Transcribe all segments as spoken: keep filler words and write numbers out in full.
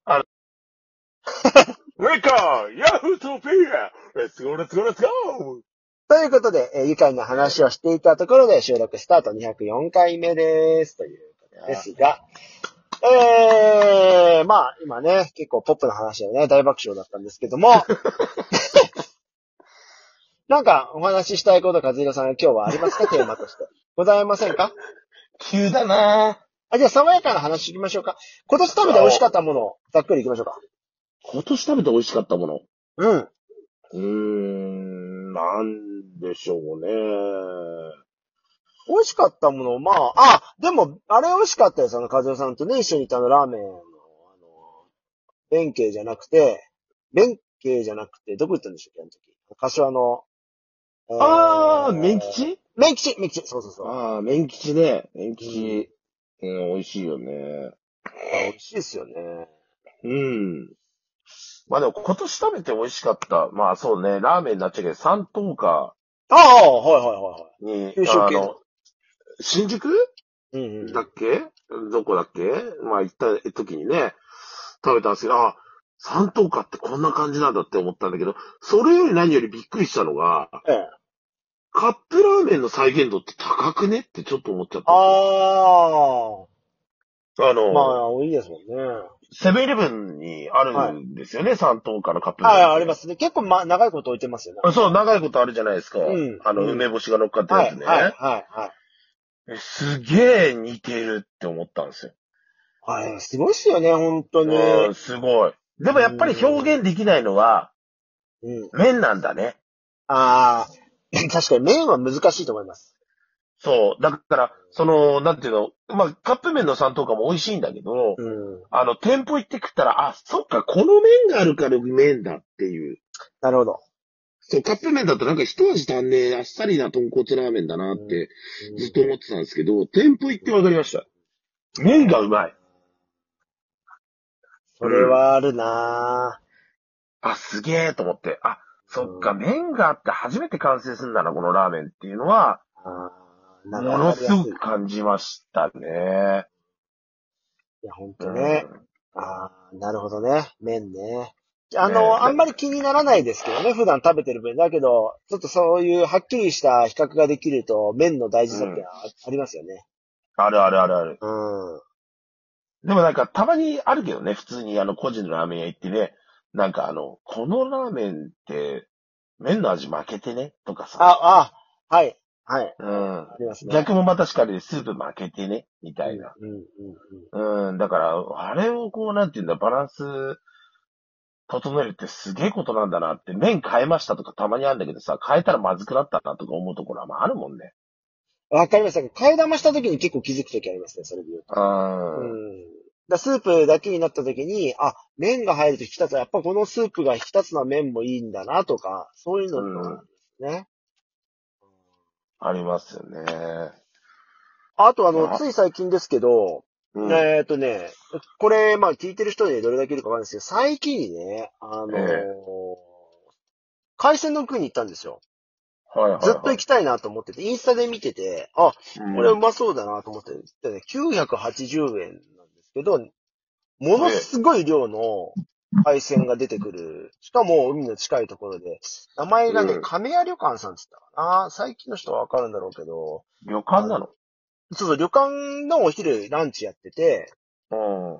あの、ウェイカーヤフートピアレッツゴーレッツゴーレッツゴーということで、えー、愉快な話をしていたところで収録スタートにひゃくよんかいめです。ということですが、えー、まあ、今ね、結構ポップな話でね、大爆笑だったんですけども、なんかお話ししたいこと、和弘さん、今日はありますか？テーマとして。ございませんか？ 急だなあ、じゃあ、爽やかな話いきましょうか。今年食べて美味しかったものを、ざっくりいきましょうか。 今年食べて美味しかったもの。 うん。 うーん、なんでしょうね。 美味しかったもの、まあ、あ、でも、あれ美味しかったです。あの、和代さんとね、一緒にいたあの、ラーメンの、あの、弁慶じゃなくて、弁慶じゃなくて、どこ行ったんでしたっけ、あの時。柏の、えー、 あー、麺吉麺吉、麺吉、そうそうそう。 あー、麺吉ね。麺うん、 吉。うん、美味しいよね。 美味しいですよね。 うん。まあでも今年食べて美味しかった。まあそうね、ラーメンになっちゃうけど、三等価ああ、はいはいはいはい。 に、 九州系の。 あの、新宿うんうんうん。 だっけどこだっけまあ行った時にね、食べたんですけど、あ、三等価ってこんな感じなんだって思ったんだけど、それより何よりびっくりしたのが、 ええ。 カップラーメンの再現度って高くねってちょっと思っちゃったんですよ。 ああ、 あの、 まあ、いいですもんね。 セブンイレブンにあるはい。 んですよね、三等価のカップ麺っああ、ありまて。 すね。結構、ま、長いこと置いてますよね。 そう、長いことあるじゃないですか。 うん、 あの、 うん。 梅干しが乗っかったはい、 やつね。 はい、はい、はい。 えすげえ似てるって思ったんですよ。 はい、すごいっすよね、本当に。 うん、すごい。でもやっぱり表現できないのは、 うん。 麺なんだね。 ああ、確かに麺は難しいと思います。 そう。だから、その、なんていうの、まあ、カップ麺の三等価も美味しいんだけど、 うん。 あの、店舗行って食ったら、あ、そっか、この麺があるから麺だっていう。 なるほど。 そう、カップ麺だとなんか一味足んねえ、あっさりな豚骨ラーメンだなっうん。 てずっうん。 と思ってたんですけど、店舗行ってわかりました。麺がうまい。 それうん。 はあるなあ、すげえと思って。あ、 ぁ。 そっか、 うん。 麺があって初めて完成するんだな、このラーメンっていうのは、 ああ、なんかもわかりやすい。 のすごく感じましたね。 いや、ほんうとね。 ん。 ああ、なるほどね。麺ね。あねの、あんまり気にならないですけどね。普段食べてる分。だけど、ちょっとそういうはっきりした比較ができると、麺の大事さってうん。 のはあありますよね。 あるあるあるある。 うん。 でもなんか、たまにあるけどね、普通にあの、個人のラーメン屋行ってね、なんかあの、このラーメンって、麺の味負けてね、とかさ。 あ、あ、はい。はい。 うん。 ありますね。 逆もまたしかりでスープ負けてね、みうん、 たいな。 うん、うん、 うん。だから、あれをこう、なんていうんだ、バランス整えるってすげえことなんだなって、麺変えましたとかたまにあるんだけどさ、変えたらまずくなったなとか思うところはまああるもんね。 うん。わかりました。替え玉した時に結構気づく時ありますね、それで言うと。 うん。 うん。だスープだけになった時に、あ、麺が入ると引き立つ。やっぱこのスープが引き立つのは麺もいいんだなとか、そういうのうってあるんん。 ですね。 ありますよね。 あとあの、 な、 つい最近ですけど、 うん。 えっとね、これ、まあ聞いてる人でどれだけいるかわかんないですけど、最近にね、あのーええ。 海鮮丼食いに行ったんですよ。 はいはいずっとは行きたいなと思ってて、インスタで見てて、あ、 い。 これううん。 まそうだなと思って、でね、きゅうひゃくはちじゅうえんなんですけど、ものええ。 すごい量の海鮮が出てくる。しかも海の近いところで、名前がね、 うん。 亀屋旅館さんって言ったかな。最近の人はわかるんだろうけど、 旅館あの、 なの？ そうそう、旅館のお昼ランチやってて、 うん。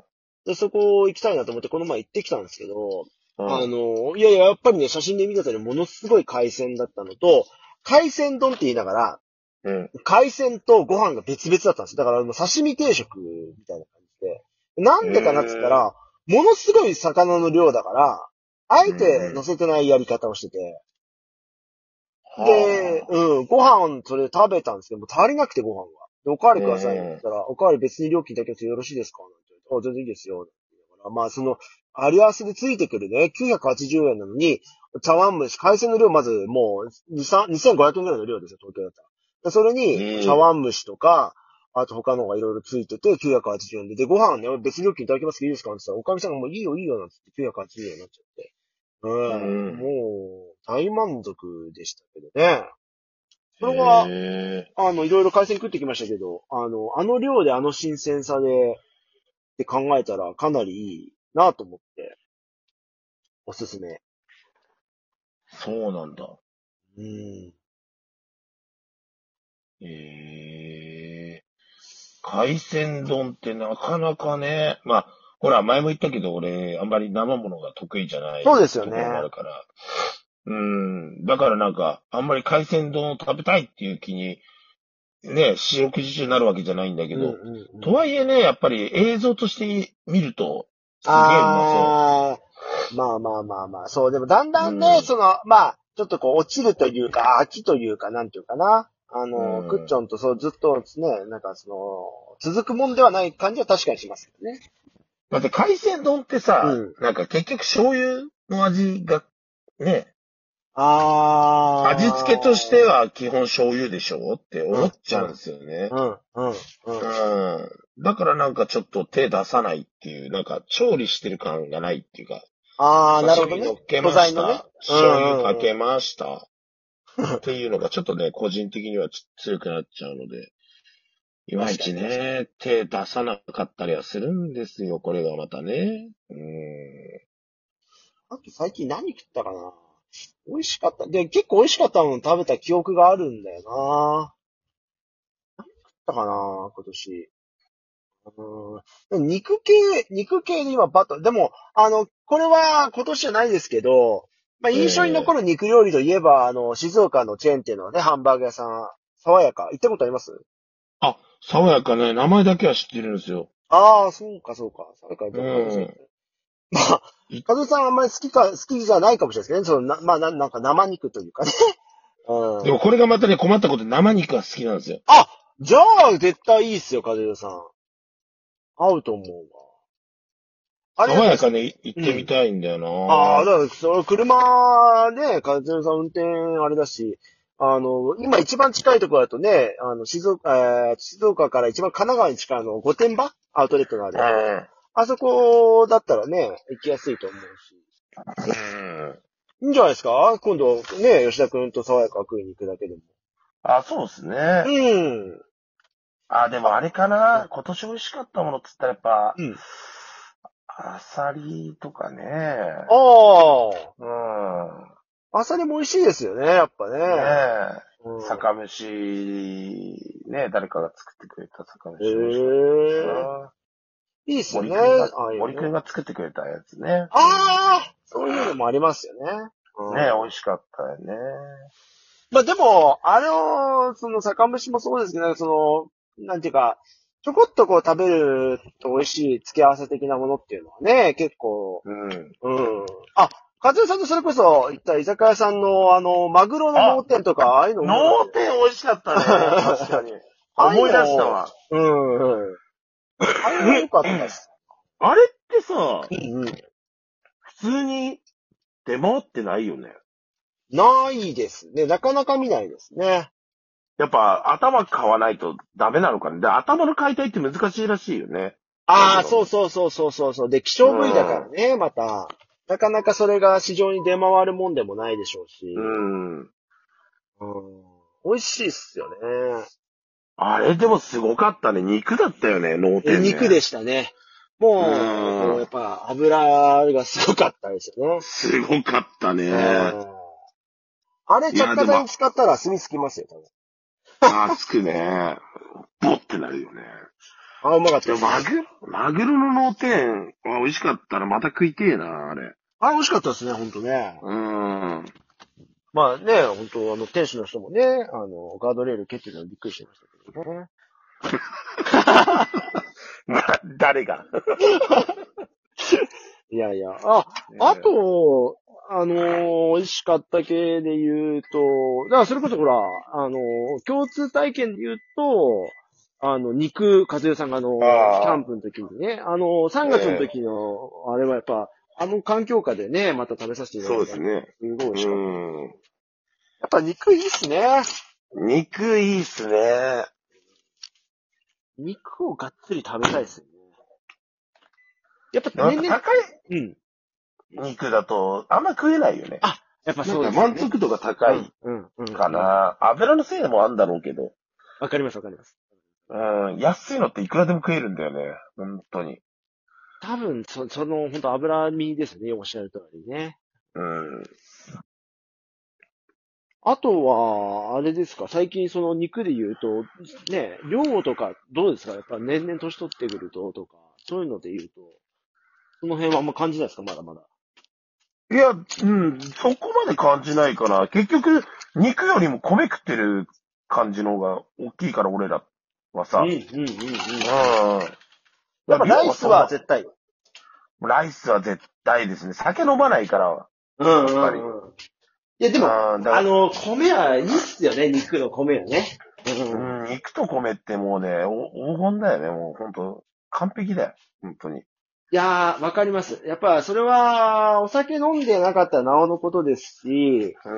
で、そこ行きたいなと思ってこの前行ってきたんですけど、あうん。 の、いやいや、やっぱりね、写真で見たとおりものすごい海鮮だったのと、海鮮丼って言いながら、 うん。 海鮮とご飯が別々だったんですよ。だからもう刺身定食みたいな感じで。なんでかなって言ったええ。 ら、ものすごい魚の量だから、あえうんうん。 て乗せてないやり方をしてて。で、 はあ。 うん、ご飯それ食べたんですけど、もう足りなくてご飯が。でおかわりうくださいってんうん。 言ったら、おかわり別に料金だけでよろしいですかなんて言って、あ、全然いいですよ。まあ、その、あり合わせでついてくるね、きゅうひゃくはちじゅうえんなのに、茶碗蒸し、海鮮の量まずもう、に、さん、にせんごひゃくえんぐらいの量ですよ、東京だったら。でそれに、茶ええ。 碗蒸しとか、あと他のがいろいろついてて、きゅうひゃくはちじゅうえんで、で、ご飯ね、別料金いただけますかいいですかって言ったら、おかみさんがもういいよいいよなんつってきゅうひゃくはちじゅうえんになっちゃって。ううん、 ん。 もう、大満足でしたけどね。それは、 ええ。 あの、いろいろ海鮮食ってきましたけど、あの、あの量であの新鮮さで、って考えたらかなりいいなと思って、おすすめ。 そうなんだ。 うん。 ええ海鮮丼ってなかなかね、まあ、ほら、前も言ったけど、俺、あんまり生ものが得意じゃないそうですよところもあね。 るから。うん。だからなんか、あんまり海鮮丼を食べたいっていう気に、ね、四六時中なるわけじゃないんだけうんうんど、とうん。 はいえね、やっぱり映像として見ると、すげえうまそあー、まあまあまあまあ、そう、でもだんう。 だんね、 うん。 その、まあ、ちょっとこう、落ちるというか、飽きというか、なんていうかな。あうの、クッチョん。 ンとそう、ずっとですね、なんかその、続くもんではない感じは確かにしますけどね。 だって海鮮丼ってさ、 うん。 なんか結局醤油の味が、ね、味付けとしてあは基本醤油でしょってー、うん、 思っちゃうんうん、 ですよね。 うん、うん、うん。 うん。だからなんかちょっと手出さないっていう、なんか調理してる感がないっていうか、 あー、なるほどね。 刺身乗っけ素まし材のね。 た。 うん、 醤油かうん、うん。 けました。っていうのがちょっとね、個人的にはち強くなっちゃうので、いまいち確かに、確かに。 ね、手出さなかったりはするんですよ、これがまたね。うん。 あと最近何食ったかな。美味しかった。で、結構美味しかったもの食べた記憶があるんだよな。食ったかな、今年。うん。肉系、肉系で今バッと、でも、あの、これは今年じゃないですけど、まあ、印象に残ええる肉料理といえば、あの、静岡のチェーン店のね、ハンバーグ屋さん、爽やか。行ったことあります？ あ、爽やかね、名前だけは知ってるんですよ。 ああ、そうか、そうか。爽やか、じうゃあ、カズさん。 ん。 まあ、 いカズさんあんまり好きか、好きじゃないかもしれないですけどね。その、な、まあ、な、なんか生肉というかね。うん。 でもこれがまたね、困ったことで生肉が好きなんですよ。 あ、じゃあ、絶対いいっすよ、カズさん。合うと思うわ。あれだって、 爽やかね、行ってみうん。 たいんだよああ、だな。 から、その車ね、カズさん運転あれだし、あの、今一番近いところだとね、あの、静岡、えー静岡から一番神奈川に近いあの、御殿場アウトレットがあうる。 ん。 あそこだったらね、行きやすいと思うし。 うん。 いいんじゃないですか今度、ね、吉田くんと爽やか食いに行くだけでも。 あ、そうですね。 うん。 あ、でもあれかうん。 な。今年美味しかったものっつったらやっぱ、 うん。 アサリとかね。 あうん。 あ、アサリも美味しいですよね、やっぱねね。 え。 う酒飯、ね、誰かが作ってくれた酒ん。 飯美味しかったへえ。 な。 いいっすよね、 森くんが、 ああいうのね。 森くんが作ってくれたやつね。うん。 ああ、そういうのもありますよね。 ねえ、美味うん。 しかったよね。 まあでも、あの、その酒蒸しもそうですけど、その、なんていうか、ちょこっとこう食べると美味しい付け合わせ的なものっていうのはね、結構、 うん。 うん。あ、和代さんとそれこそ行った居酒屋さんの、あの、マグロの脳あ、 天とか、ああいうのうまかった脳じ天美味しかったね。確かゃん。 に。 ああいう思い出したの、 わ。 うんうん。あれは良かったっす。 あれってさ、 うんうん。 普通に出回ってないよね。 ないですね。なかなか見ないですね。 やっぱ頭買わないとダメなのかね。で、頭の解体って難しいらしいよね。マああ、 グロの。 そうそうそうそうそうそう。で、希う少部位だからん。 ね、また。なかなかそれが市場に出回るもんでもないでしょううし。 ん。 うん。美味しいっすよね。 あれでもすごかったね。肉だったよね、脳え、 天ね。 肉でしたね。 うもう、もうやっん。 ぱ油がすごかったですよね。 すごかったうね。 ん。あれいや、でも、 着火剤に使ったら炭つきますよ、多分。 あ、つくね。ボってなるよね。 あ、うまかったでも、 です。 マグロ、マグロの脳天は美味しかったらまた食いてえな、あれ。 あ、美味しかったですね、ほんとね。 うん。 まあね、ほんと、あの、店主の人もね、あの、ガードレール蹴ってるのびっくりしてましたけどね。 な、誰がいやいや、あ、あねと、あのー美味しかった系で言うと、だからそれこそほら、あのー共通体験で言うと、あの、肉、和代さんがあのーキャンああ、 プの時にね、あのー、さんがつのええ、 時の、あれはやっぱ、あの環境下でね、また食べさせていただいたんで、 そうですね。 すごい美味しかった。やうん。 っぱ肉いいっすね。 肉いいっすね。 肉をがっつり食べたいっすよね。やっぱなん年々、 か高いうん。 肉だとあんま食えないよね。 あ、やっぱなんかそうですよね。 満足度が高いうん、うん、うん、 かうん。 な。油のせいもあんだろうけど。 わかります、わかります。 うん。安いのっていくらでも食えるんだよね。本当に。 多分、そ、その、本当脂身ですね、おっしゃる通りね。 うん。 あとは、あれですか、最近その肉で言うと、ね、量とかどうですか？やっぱ年々年取ってくると、とか、そういうので言うと、その辺はあんま感じないですか？まだまだ。 いや、うん、そこまで感じないかな。結局、肉よりも米食ってる感じの方が大きいから、俺らはうん、うん、 さ。 うん、うん。 うん。 やっぱライス量はそんな、 は絶対。 ライスは絶対ですね。酒飲まないから、 うん、うやっぱり。 ん、うん。いや、でも、 うん、だかあの、米はいいっすよね、肉の米はね。うん。 ら、うん、肉と米ってもうね、お黄金だよね。もう本当完璧だよ。本当に。 いやー、わかります。やっぱ、それは、お酒飲んでなかったらなおのことですし、 うん。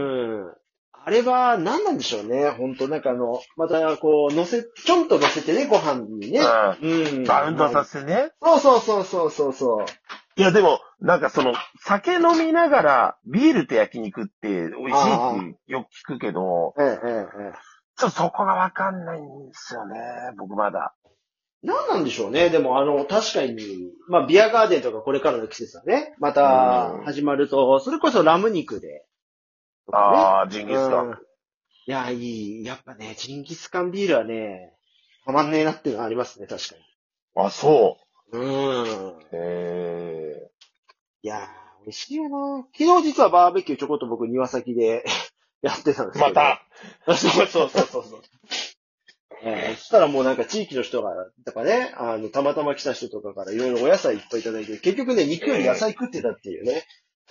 うん。あれは、何なんでしょうね。ほんと、なんかあの、また、こう、乗せ、ちょんと乗せてね、ご飯にね。 うん。 うん。 バウンドまさせてね。 あ、そうそうそうそうそう。 いや、でも、なんかその、酒飲みながら、ビールと焼肉って美味しいっああ、 てよく聞くけど、 ええ、ええ、ええ。 ちょっとそこがわかんないんですよね。僕まだ。 何なんでしょうね。でも、あの、確かに、まあ、ビアガーデンとかこれからの季節はね、まうたん。 始まると、それこそラム肉で、とかね。 ああ、ジンギスカン。 うん。いや、いい。やっぱね、ジンギスカンビールはね、たまんねえなっていうのはありますね、確かあ、そに。うん。 う。へえ。 いやー、美味しいよな。昨日実はバーベキューちょこっと僕庭先でやってたんですけど。 また。 そうそうそうそうそう。えーそしたらもうなんか地域の人が、とかね、あの、たまたま来た人とかからいろいろお野菜いっぱいいただいて、結局ね、肉より野菜食ってたっていうね。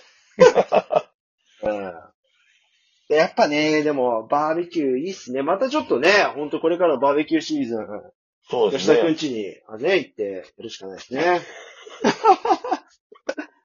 うん。でやっぱね、でも、バーベキューいいっすね。またちょっとね、ほんとこれからのバーベキューシーズン、 そうです吉田くんね。 家に、あね、行ってやるしかないですね。